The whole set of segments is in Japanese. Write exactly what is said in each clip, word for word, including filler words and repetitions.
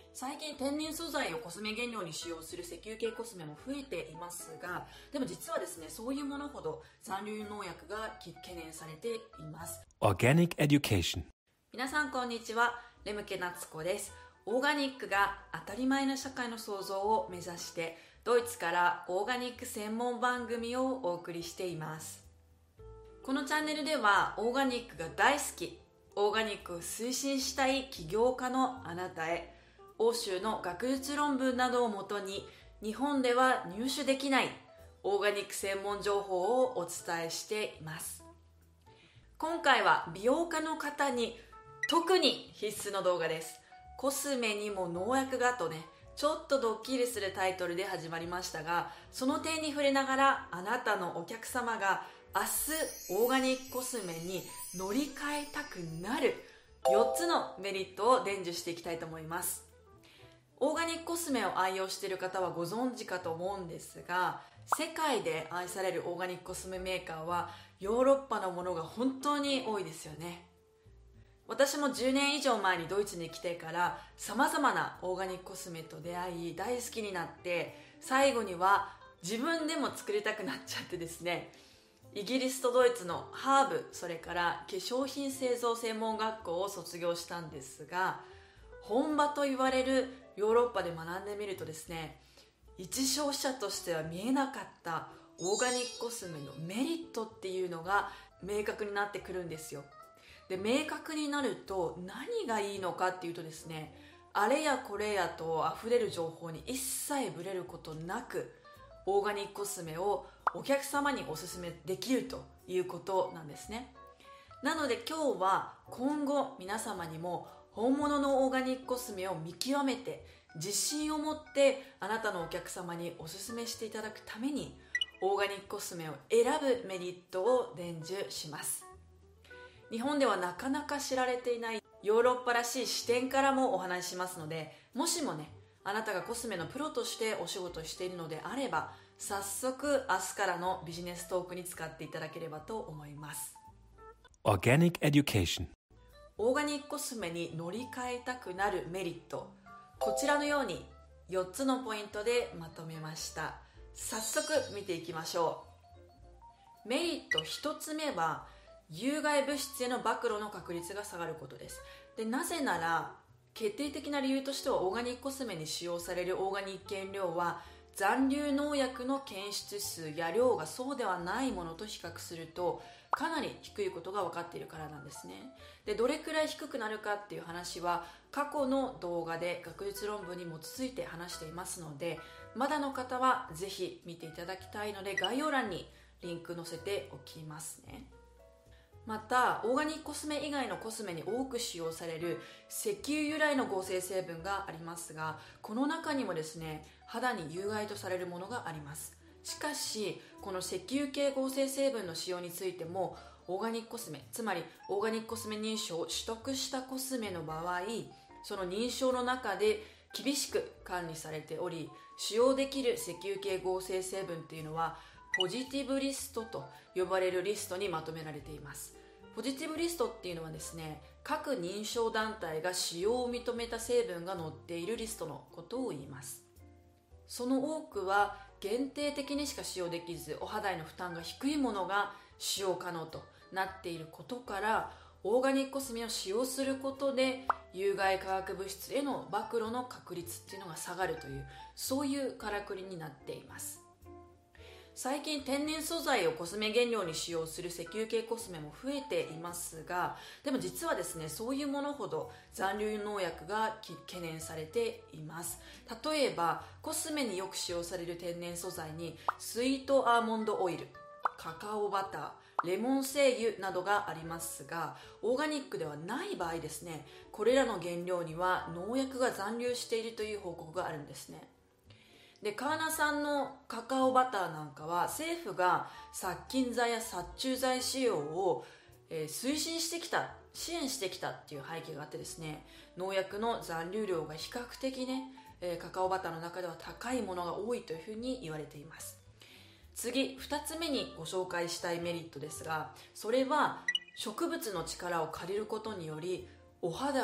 最近天然素材をコスメ原料に使用する石油系コスメも増えていますが、でも実はですね、そういうものほど残留農薬が懸念されています。 Organic Education。 皆さんこんにちは、レムケナツコです。オーガニックが当たり前の社会の創造を目指してドイツからオーガニック専門番組をお送りしています。このチャンネルではオーガニックが大好き、オーガニックを推進したい起業家のあなたへ、欧州の学術論文などをもとに日本では入手できないオーガニック専門情報をお伝えしています。今回は美容家の方に特に必須の動画です。コスメにも農薬がとね、ちょっとドッキリするタイトルで始まりましたが、その点に触れながらあなたのお客様が明日オーガニックコスメに乗り換えたくなるよっつのメリットを伝授していきたいと思います。オーガニックコスメを愛用している方はご存知かと思うんですが、世界で愛されるオーガニックコスメメーカーはヨーロッパのものが本当に多いですよね。私もじゅうねん以上前にドイツに来てからさまざまなオーガニックコスメと出会い大好きになって、最後には自分でも作りたくなっちゃってですね、イギリスとドイツのハーブ、それから化粧品製造専門学校を卒業したんですが、本場と言われるヨーロッパで学んでみるとですね、一消費者としては見えなかったオーガニックコスメのメリットっていうのが明確になってくるんですよ。で、明確になると何がいいのかっていうとですね、あれやこれやと溢れる情報に一切ブレることなく、オーガニックコスメをお客様におすすめできるということなんですね。なので今日は今後皆様にも本物のオーガニックコスメを見極めて自信を持ってあなたのお客様におすすめしていただくために、オーガニックコスメを選ぶメリットを伝授します。日本ではなかなか知られていないヨーロッパらしい視点からもお話ししますので、もしもね、あなたがコスメのプロとしてお仕事しているのであれば、早速明日からのビジネストークに使っていただければと思います。 Organic Education。 オーガニックコスメに乗り換えたくなるメリット、こちらのようによっつのポイントでまとめました。早速見ていきましょう。メリットひとつめは有害物質への暴露の確率が下がることです。で、なぜなら決定的な理由としては、オーガニックコスメに使用されるオーガニック原料は残留農薬の検出数や量がそうではないものと比較するとかなり低いことが分かっているからなんですね。で、どれくらい低くなるかっていう話は過去の動画で学術論文に基づいて話していますので、まだの方はぜひ見ていただきたいので概要欄にリンク載せておきますね。またオーガニックコスメ以外のコスメに多く使用される石油由来の合成成分がありますが、この中にもですね、肌に有害とされるものがあります。しかしこの石油系合成成分の使用についても、オーガニックコスメ、つまりオーガニックコスメ認証を取得したコスメの場合、その認証の中で厳しく管理されており、使用できる石油系合成成分っていうのはポジティブリストと呼ばれるリストにまとめられています。ポジティブリストっていうのはですね、各認証団体が使用を認めた成分が載っているリストのことを言います。その多くは限定的にしか使用できず、お肌への負担が低いものが使用可能となっていることから、オーガニックコスメを使用することで有害化学物質への暴露の確率っていうのが下がるという、そういうからくりになっています。最近天然素材をコスメ原料に使用する石油系コスメも増えていますが、でも実はですね、そういうものほど残留農薬が懸念されています。例えばコスメによく使用される天然素材にスイートアーモンドオイル、カカオバター、レモン精油などがありますが、オーガニックではない場合ですね、これらの原料には農薬が残留しているという報告があるんですね。で、カーナ産のカカオバターなんかは政府が殺菌剤や殺虫剤使用を、えー、推進してきた、支援してきたっていう背景があってですね、農薬の残留量が比較的ね、えー、カカオバターの中では高いものが多いというふうに言われています。次、ふたつめにご紹介したいメリットですが、それは植物の力を借りることによりお肌を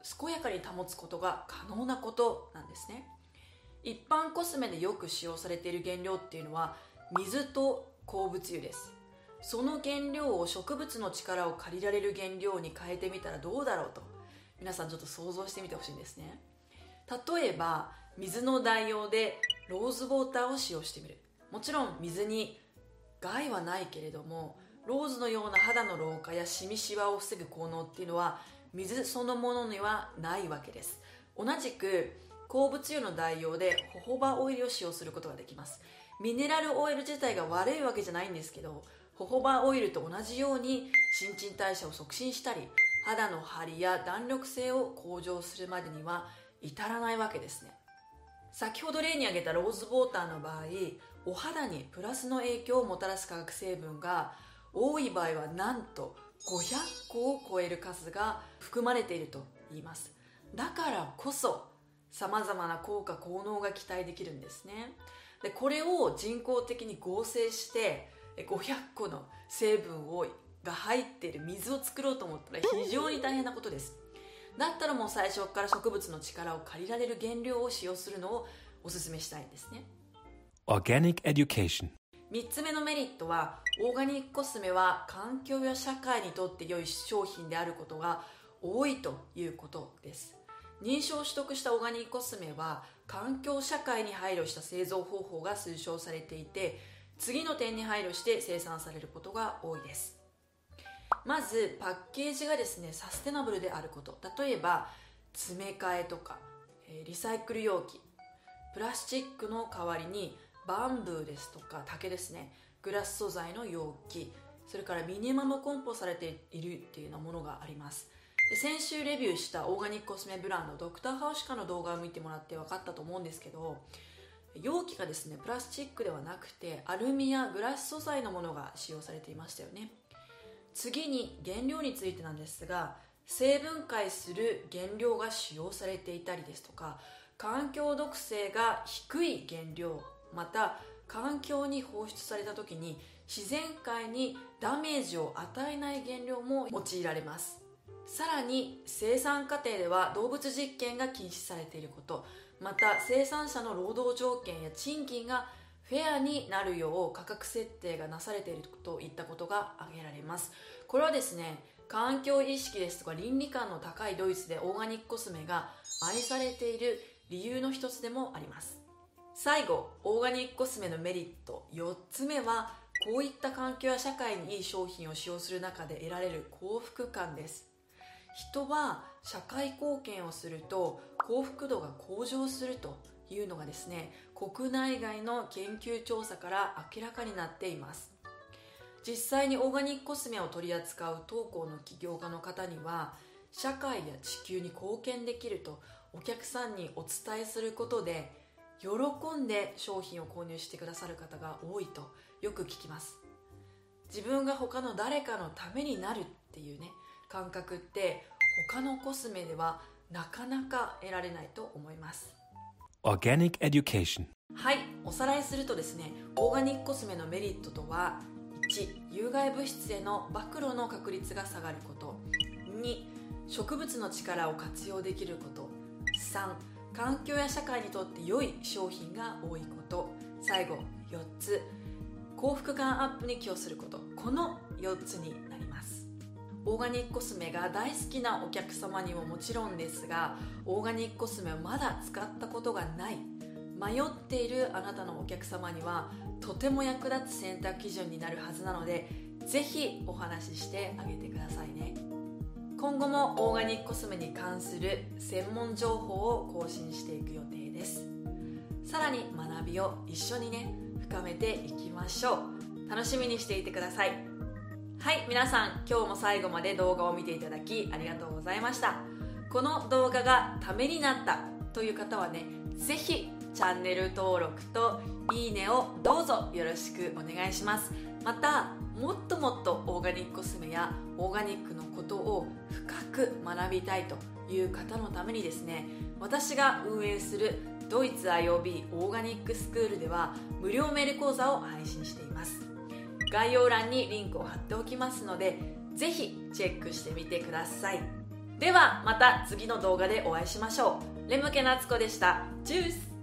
健やかに保つことが可能なことなんですね。一般コスメでよく使用されている原料っていうのは水と鉱物油です。その原料を植物の力を借りられる原料に変えてみたらどうだろうと、皆さんちょっと想像してみてほしいんですね。例えば水の代用でローズウォーターを使用してみる。もちろん水に害はないけれども、ローズのような肌の老化やシミシワを防ぐ効能っていうのは水そのものにはないわけです。同じく鉱物油の代用でホホバオイルを使用することができます。ミネラルオイル自体が悪いわけじゃないんですけど、ホホバオイルと同じように新陳代謝を促進したり、肌の張りや弾力性を向上するまでには至らないわけですね。先ほど例に挙げたローズウォーターの場合、お肌にプラスの影響をもたらす化学成分が多い場合はなんとごひゃっこを超える数が含まれていると言います。だからこそさまざまな効果効能が期待できるんですね。でこれを人工的に合成してごひゃっこの成分をが入っている水を作ろうと思ったら非常に大変なことです。だったらもう最初から植物の力を借りられる原料を使用するのをお勧めしたいんですね。 Organic Education。 みっつめのメリットは、オーガニックコスメは環境や社会にとって良い商品であることが多いということです。認証を取得したオーガニックコスメは環境社会に配慮した製造方法が推奨されていて、次の点に配慮して生産されることが多いです。まずパッケージがですねサステナブルであること。例えば詰め替えとかリサイクル容器、プラスチックの代わりにバンブーですとか竹ですね、グラス素材の容器、それからミニマム梱包されているっていうようなものがあります。で先週レビューしたオーガニックコスメブランドドクターハウシカの動画を見てもらって分かったと思うんですけど、容器がですねプラスチックではなくてアルミやグラス素材のものが使用されていましたよね。次に原料についてなんですが、生分解する原料が使用されていたりですとか、環境毒性が低い原料、また環境に放出された時に自然界にダメージを与えない原料も用いられます。さらに生産過程では動物実験が禁止されていること、また生産者の労働条件や賃金がフェアになるよう価格設定がなされているといったことが挙げられます。これはですね、環境意識ですとか倫理観の高いドイツでオーガニックコスメが愛されている理由の一つでもあります。最後、オーガニックコスメのメリットよっつめは、こういった環境や社会にいい商品を使用する中で得られる幸福感です。人は社会貢献をすると幸福度が向上するというのがですね、国内外の研究調査から明らかになっています。実際にオーガニックコスメを取り扱う当行の起業家の方には、社会や地球に貢献できるとお客さんにお伝えすることで喜んで商品を購入してくださる方が多いとよく聞きます。自分が他の誰かのためになるっていうね感覚って他のコスメではなかなか得られないと思います。 Organic Education。 はい、おさらいするとですね、オーガニックコスメのメリットとは、いち、有害物質への暴露の確率が下がること。に、植物の力を活用できること。さん、環境や社会にとって良い商品が多いこと。最後よっつ、幸福感アップに寄与すること。このよっつになります。オーガニックコスメが大好きなお客様にももちろんですが、オーガニックコスメをまだ使ったことがない、迷っているあなたのお客様にはとても役立つ選択基準になるはずなので、ぜひお話ししてあげてくださいね。今後もオーガニックコスメに関する専門情報を更新していく予定です。さらに学びを一緒にね深めていきましょう。楽しみにしていてください。はい、皆さん今日も最後まで動画を見ていただきありがとうございました。この動画がためになったという方はね、ぜひチャンネル登録といいねをどうぞよろしくお願いします。またもっともっとオーガニックコスメやオーガニックのことを深く学びたいという方のためにですね、私が運営するドイツ アイオービー オーガニックスクールでは無料メール講座を配信しています。概要欄にリンクを貼っておきますので、ぜひチェックしてみてください。 ではまた次の動画でお会いしましょう。レムケナツコでした。チュース。